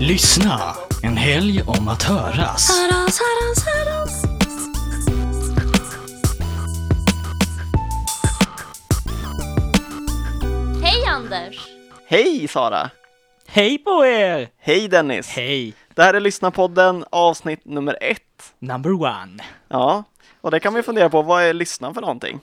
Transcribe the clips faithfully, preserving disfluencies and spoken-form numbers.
Lyssna, en helg om att höras. Höras, höras, höras. Hej Anders! Hej Sara! Hej på er! Hej Dennis! Hej! Det här är Lyssna-podden, avsnitt nummer ett. Number one. Ja, och det kan vi fundera på, vad är Lyssna för någonting?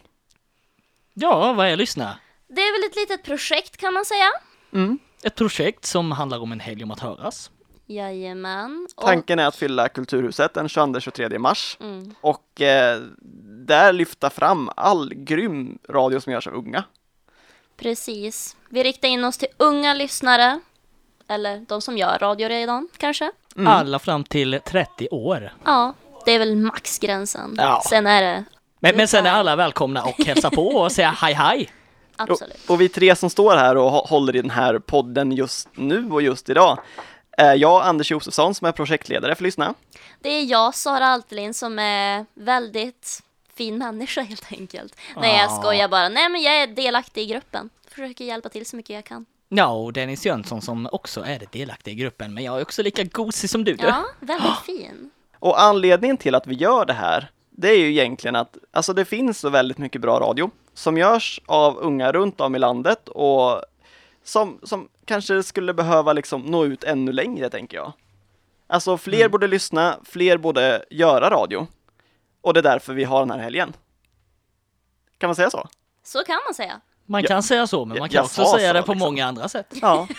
Ja, vad är Lyssna? Det är väl ett litet projekt kan man säga? Mm. Ett projekt som handlar om en helg om att höras. Jajamän. Och, Tanken är att fylla Kulturhuset den tjugoandra till tjugotredje mars. mm, Och eh, där lyfta fram all grym radio som görs av unga. precis. Vi riktar in oss till unga lyssnare. Eller de som gör radio redan, kanske. Mm. Alla fram till trettio år. Ja, det är väl maxgränsen. Ja. Sen är det... Men, men sen är alla välkomna och hälsa på och säga hej hej. Absolut. Och, och vi tre som står här och hå- håller i den här podden just nu och just idag. är jag, Anders Josefsson, som är projektledare för Lyssna. Det är jag, Sara Altelin, som är väldigt fin människa helt enkelt. Nej, jag Ah. skojar bara. Nej, men jag är delaktig i gruppen. Försöker hjälpa till så mycket jag kan. Ja, och Dennis Jönsson som också är delaktig i gruppen. Men jag är också lika gosig som du. du. Ja, väldigt fin. Och anledningen till att vi gör det här, det är ju egentligen att alltså det finns så väldigt mycket bra radio som görs av unga runt om i landet och som, som kanske skulle behöva liksom nå ut ännu längre, tänker jag. Alltså fler Mm. borde lyssna, fler borde göra radio. Och det är därför vi har den här helgen. Kan man säga så? Så kan man säga. Man Ja. kan säga så, men man Jag- kan jag också sa säga så, det på liksom. många andra sätt. Ja.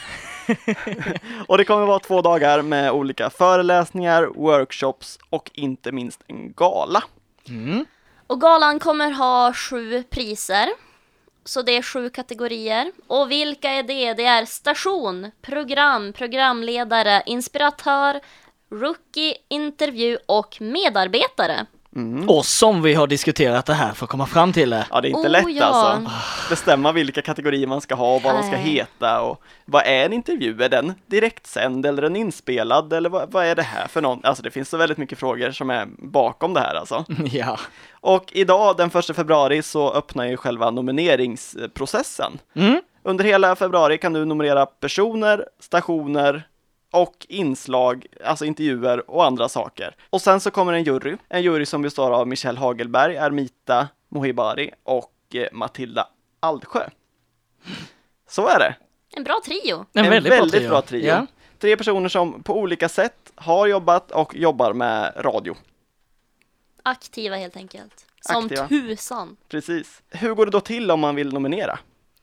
Och det kommer vara två dagar med olika föreläsningar, workshops och inte minst en gala. Mm. Och galan kommer ha sju priser. Så det är sju kategorier. Och vilka är det? Det är station, program, programledare, inspiratör, rookie, intervju och medarbetare. Mm. Och som vi har diskuterat det här för att komma fram till det. Ja, det är inte Oh, lätt ja. alltså. Bestämma vilka kategorier man ska ha och vad de ska Nej. heta och vad är en intervju? Är den direktsänd eller en inspelad eller vad, vad är det här för någon? Alltså det finns så väldigt mycket frågor som är bakom det här alltså. Ja. Och idag den första februari så öppnar ju själva nomineringsprocessen. Mm. Under hela februari kan du nominera personer, stationer och inslag, alltså intervjuer och andra saker. Och sen så kommer en jury, en jury som består av Michelle Hagelberg, Armita Mohibari och eh, Matilda Aldsjö. Så är det. En bra trio. En, En väldigt, väldigt, bra trio. bra trio. Ja. Tre personer som på olika sätt har jobbat och jobbar med radio. Aktiva helt enkelt. Som Aktiva. tusan. Precis. Hur går det då till om man vill nominera?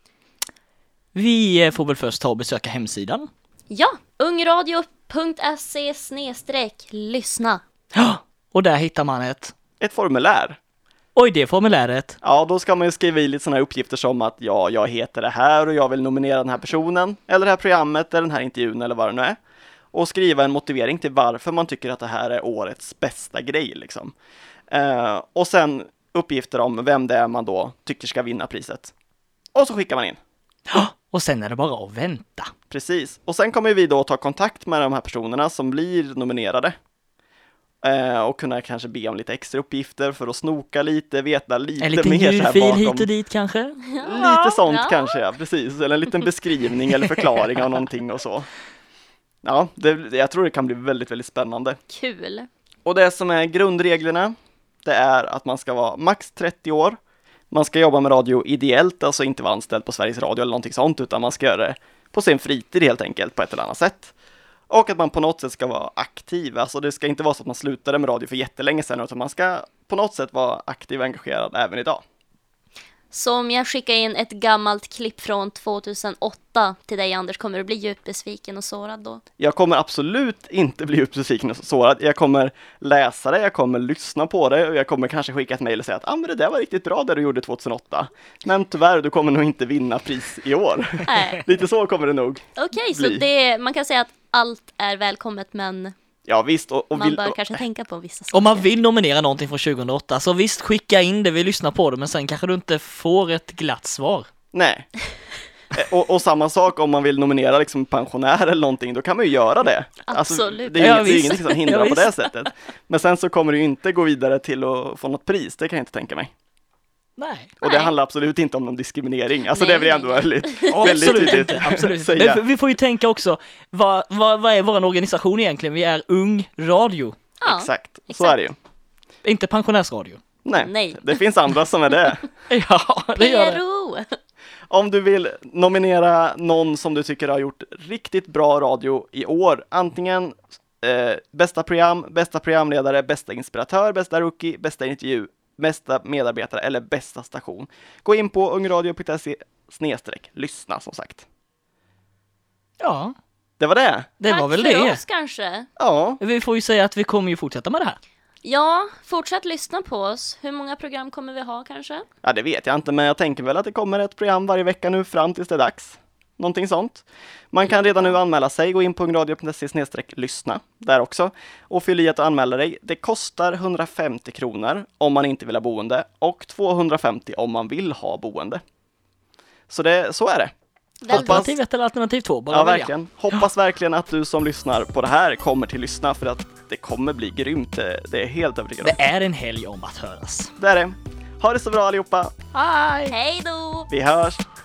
Vi eh, får väl först ta och besöka hemsidan. Ja, ungradio punkt se snedstreck lyssna. Ja. Och där hittar man ett... Ett formulär. Oj, det formuläret. Ja, då ska man ju skriva i lite sådana här uppgifter som att ja, jag heter det här och jag vill nominera den här personen eller det här programmet eller den här intervjun eller vad det nu är. Och skriva en motivering till varför man tycker att det här är årets bästa grej liksom. Eh, och sen uppgifter om vem det är man då tycker ska vinna priset. Och så skickar man in. Ja. Och sen är det bara att vänta. Precis. Och sen kommer vi då ta kontakt med de här personerna som blir nominerade. Eh, och kunna kanske be om lite extra uppgifter för att snoka lite, veta lite En liten mer så här ljudfil bakom. hit och dit kanske. Lite sånt Ja. kanske, ja, precis. Eller en liten beskrivning eller förklaring av någonting och så. Ja, det, jag tror det kan bli väldigt, väldigt spännande. Kul. Och det som är grundreglerna, det är att man ska vara max trettio år. Man ska jobba med radio ideellt, alltså inte vara anställd på Sveriges Radio eller någonting sånt, utan man ska göra det på sin fritid helt enkelt på ett eller annat sätt. Och att man på något sätt ska vara aktiv, alltså det ska inte vara så att man slutade med radio för jättelänge sedan, utan man ska på något sätt vara aktiv och engagerad även idag. Så om jag skickar in ett gammalt klipp från tjugohundraåtta till dig Anders, kommer du bli djupt besviken och sårad då? Jag kommer absolut inte bli besviken och sårad. Jag kommer läsa det, jag kommer lyssna på det och jag kommer kanske skicka ett mejl och säga att ah, men det där var riktigt bra det du gjorde tjugohundraåtta. Men tyvärr, du kommer nog inte vinna pris i år. Nej. Lite så kommer det nog. Okej, så Bli. det, man kan säga att allt är välkommet, men Ja visst. Och, och man vill, bör och, kanske tänka på vissa saker. Om man vill nominera någonting från tjugohundraåtta så visst, skicka in det, vi lyssnar på det, men sen kanske du inte får ett glatt svar. nej. Och, och samma sak om man vill nominera liksom pensionär eller någonting, då kan man ju göra det. Absolut. Alltså, det är ju Ja, inget- det är visst. ingenting som hindrar Ja, på det visst. sättet. Men sen så kommer du ju inte gå vidare till att få något pris, det kan jag inte tänka mig. Nej. Och det Nej. handlar absolut inte om någon diskriminering. Alltså Nej, det vill jag ändå nej. väldigt, Ja, väldigt absolut tydligt inte. Absolut inte. säga. Men vi får ju tänka också, vad, vad, vad är vår organisation egentligen? Vi är Ung Radio, Ja, Exakt, så exakt. är det ju. inte pensionärsradio. Nej, Nej. det finns andra som är det. Ja, det gör det. P R O! Om du vill nominera någon som du tycker har gjort riktigt bra radio i år, antingen eh, bästa program, bästa programledare, bästa inspiratör, bästa rookie, bästa intervju, bästa medarbetare eller bästa station. Gå in på ungradio punkt se snedstreck lyssna som sagt. Ja, Det var det. det Tack var väl för det. oss kanske. Ja, Vi får ju säga att vi kommer ju fortsätta med det här. Ja, fortsätt lyssna på oss. Hur många program kommer vi ha kanske? ja, det vet jag inte, men jag tänker väl att det kommer ett program varje vecka nu fram tills det är dags. Någonting sånt. Man kan redan nu anmäla sig, gå in på ungradio punkt se snedstreck lyssna där också och fyll i att anmäla dig. Det kostar hundrafemtio kronor om man inte vill ha boende och tvåhundrafemtio om man vill ha boende. Så det, så är det. Väldigt Alternativ ett eller alternativ två, bara Ja, välja. verkligen. Hoppas verkligen att du som lyssnar på det här kommer till lyssna för att det kommer bli grymt. Det, det är helt övertygad om. Det är en helg om att höras. Det är det. Ha det så bra allihopa. Hej! Hej då! Vi hörs.